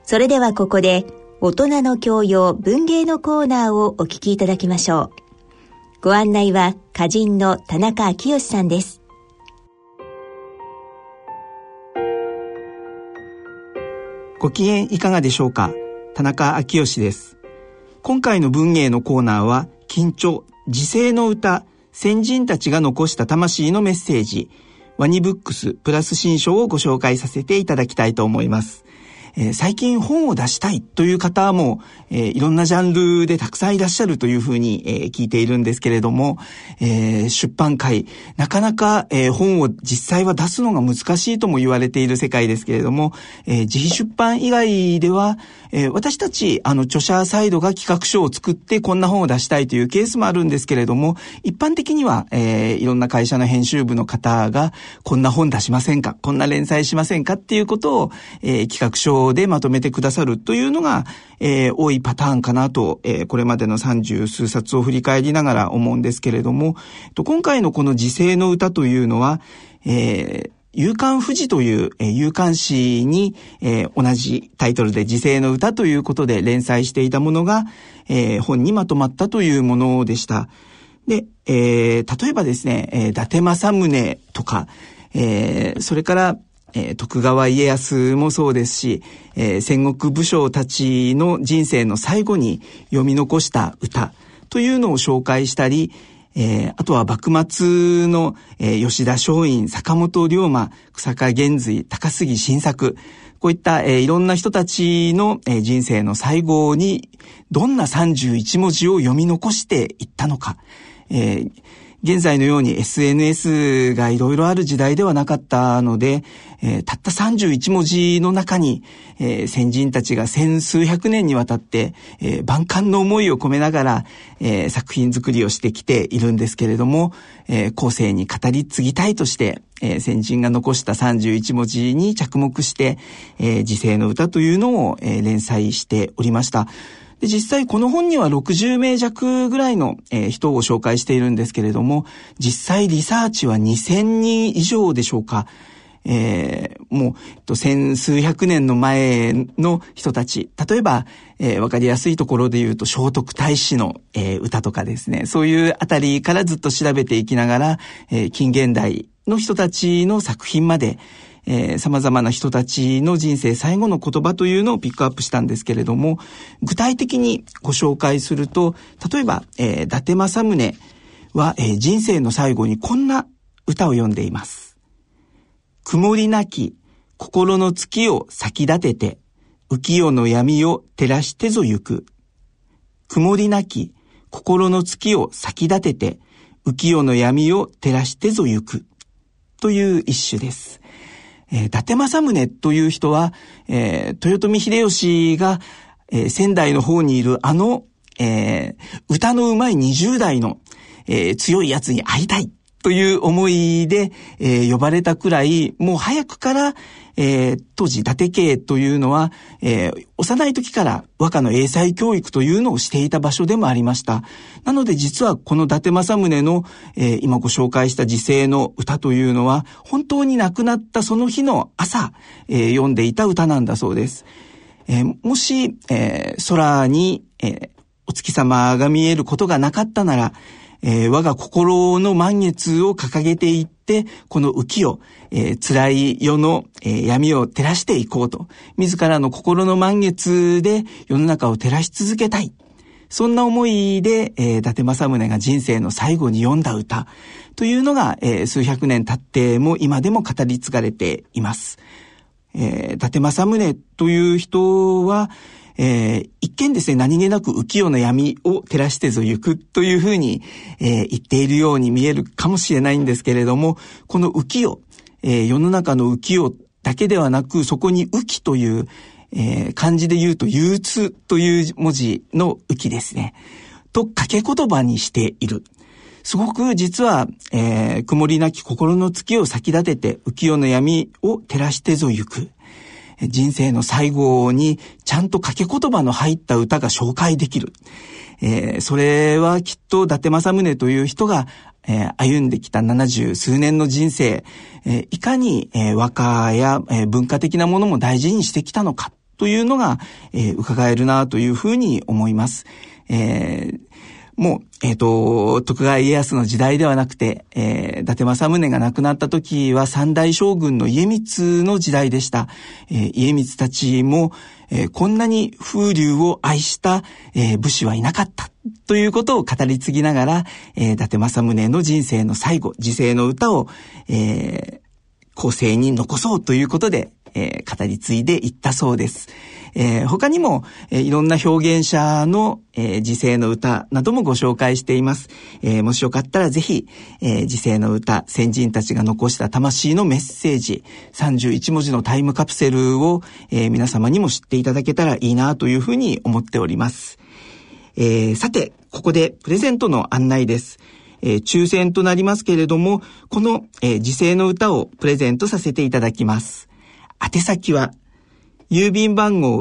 それではここで大人の教養文芸のコーナーをお聞きいただきましょう。ご案内は歌人の田中昭義さんです。 ご機嫌いかがでしょうか。田中昭義です。今回の文芸のコーナーは近著時世の歌、先人たちが残した魂のメッセージ、ワニブックスプラス新書をご紹介させていただきたいと思います。最近本を出したいという方も、いろんなジャンルでたくさんいらっしゃるというふうに、聞いているんですけれども、出版界なかなか、本を実際は出すのが難しいとも言われている世界ですけれども、自費出版以外では、私たち著者サイドが企画書を作ってこんな本を出したいというケースもあるんですけれども、一般的には、いろんな会社の編集部の方がこんな本出しませんか、こんな連載しませんかっていうことを、企画書でまとめてくださるというのが、多いパターンかなと、これまでの30数冊を振り返りながら思うんですけれども、今回のこの時世の歌というのは、夕刊富士という、夕刊誌に、同じタイトルで時世の歌ということで連載していたものが、本にまとまったというものでした。で、例えばですね、伊達政宗とか、それから徳川家康もそうですし、戦国武将たちの人生の最後に読み残した歌というのを紹介したり、あとは幕末の、吉田松陰、坂本龍馬、久坂玄瑞、高杉晋作、こういった、いろんな人たちの、人生の最後にどんな31文字を読み残していったのか、現在のように SNS がいろいろある時代ではなかったので、たった31文字の中に、先人たちが千数百年にわたって、万感の思いを込めながら、作品作りをしてきているんですけれども、後世に語り継ぎたいとして、先人が残した31文字に着目して、時世の歌というのを、連載しておりました。で、実際この本には60名弱ぐらいの、人を紹介しているんですけれども、実際リサーチは2000人以上でしょうか。もう千数百年の前の人たち、例えば、わかりやすいところで言うと聖徳太子の、歌とかですね、そういうあたりからずっと調べていきながら、近現代の人たちの作品まで、様々な人たちの人生最後の言葉というのをピックアップしたんですけれども、具体的にご紹介すると、例えば、伊達政宗は、人生の最後にこんな歌を詠んでいます。曇りなき心の月を先立てて、浮世の闇を照らしてぞ行く。曇りなき心の月を先立てて、浮世の闇を照らしてぞ行く。という一首です。伊達政宗という人は、豊臣秀吉が、仙台の方にいる歌の上手い20代の、強いやつに会いたいという思いで、呼ばれたくらい、もう早くから、当時伊達家というのは、幼い時から和歌の英才教育というのをしていた場所でもありました。なので実はこの伊達政宗の、今ご紹介した時世の歌というのは本当に亡くなったその日の朝、読んでいた歌なんだそうです。もし、空に、お月様が見えることがなかったなら、我が心の満月を掲げていって、この浮世、辛い世の、闇を照らしていこうと、自らの心の満月で世の中を照らし続けたい。そんな思いで、伊達政宗が人生の最後に読んだ歌というのが、数百年経っても今でも語り継がれています。伊達政宗という人は、一見ですね、何気なく浮世の闇を照らしてぞ行くというふうに、言っているように見えるかもしれないんですけれども、この浮世、世の中の浮世だけではなく、そこに浮きという、漢字で言うと憂鬱という文字の浮きですね。と掛け言葉にしている。すごく実は、曇りなき心の月を先立てて浮世の闇を照らしてぞ行く。人生の最後にちゃんと掛け言葉の入った歌が紹介できる。それはきっと伊達政宗という人が、歩んできた70数年の人生、いかに和歌や、文化的なものも大事にしてきたのかというのが、伺えるなというふうに思います。もう、徳川家康の時代ではなくて、伊達政宗が亡くなった時は三代将軍の家光の時代でした。家光たちも、こんなに風流を愛した、武士はいなかったということを語り継ぎながら、伊達政宗の人生の最後、時世の歌を、後世に残そうということで、語り継いでいったそうです。他にも、いろんな表現者の、時世の歌などもご紹介しています。もしよかったらぜひ、時世の歌、先人たちが残した魂のメッセージ、31文字のタイムカプセルを、皆様にも知っていただけたらいいなというふうに思っております。さて、ここでプレゼントの案内です。抽選となりますけれども、この、時世の歌をプレゼントさせていただきます。宛先は、郵便番号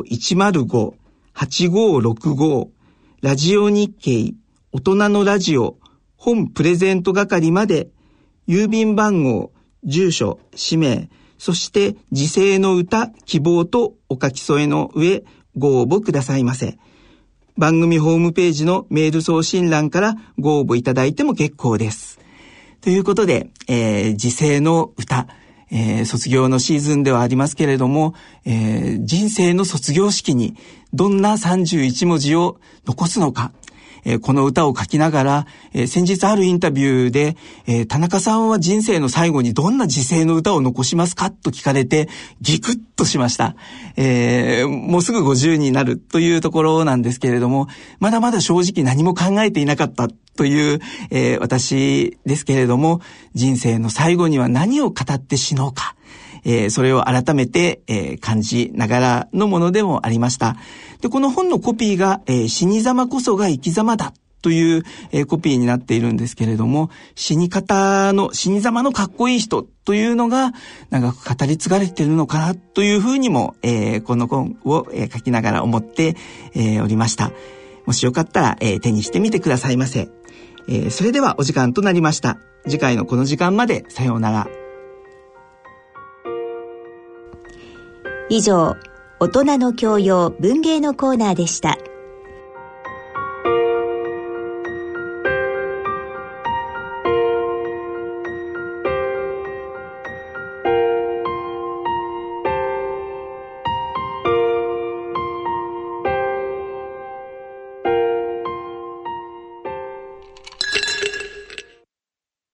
105-8565 ラジオ日経大人のラジオ本プレゼント係まで、郵便番号、住所、氏名、そして時世の歌希望とお書き添えの上ご応募くださいませ。番組ホームページのメール送信欄からご応募いただいても結構です。ということで、時世の歌、卒業のシーズンではありますけれども、人生の卒業式にどんな31文字を残すのか、この歌を書きながら、先日あるインタビューで、田中さんは人生の最後にどんな時世の歌を残しますかと聞かれてギクッとしました。もうすぐ50になるというところなんですけれども、まだまだ正直何も考えていなかったという、私ですけれども、人生の最後には何を語って死のうか、それを改めて、感じながらのものでもありました。で、この本のコピーが、死に様こそが生き様だという、コピーになっているんですけれども、死に様のかっこいい人というのが長く語り継がれているのかなというふうにも、この本を、書きながら思って、おりました。もしよかったら、手にしてみてくださいませ。それではお時間となりました。次回のこの時間までさようなら。 以上、大人の教養文芸のコーナーでした。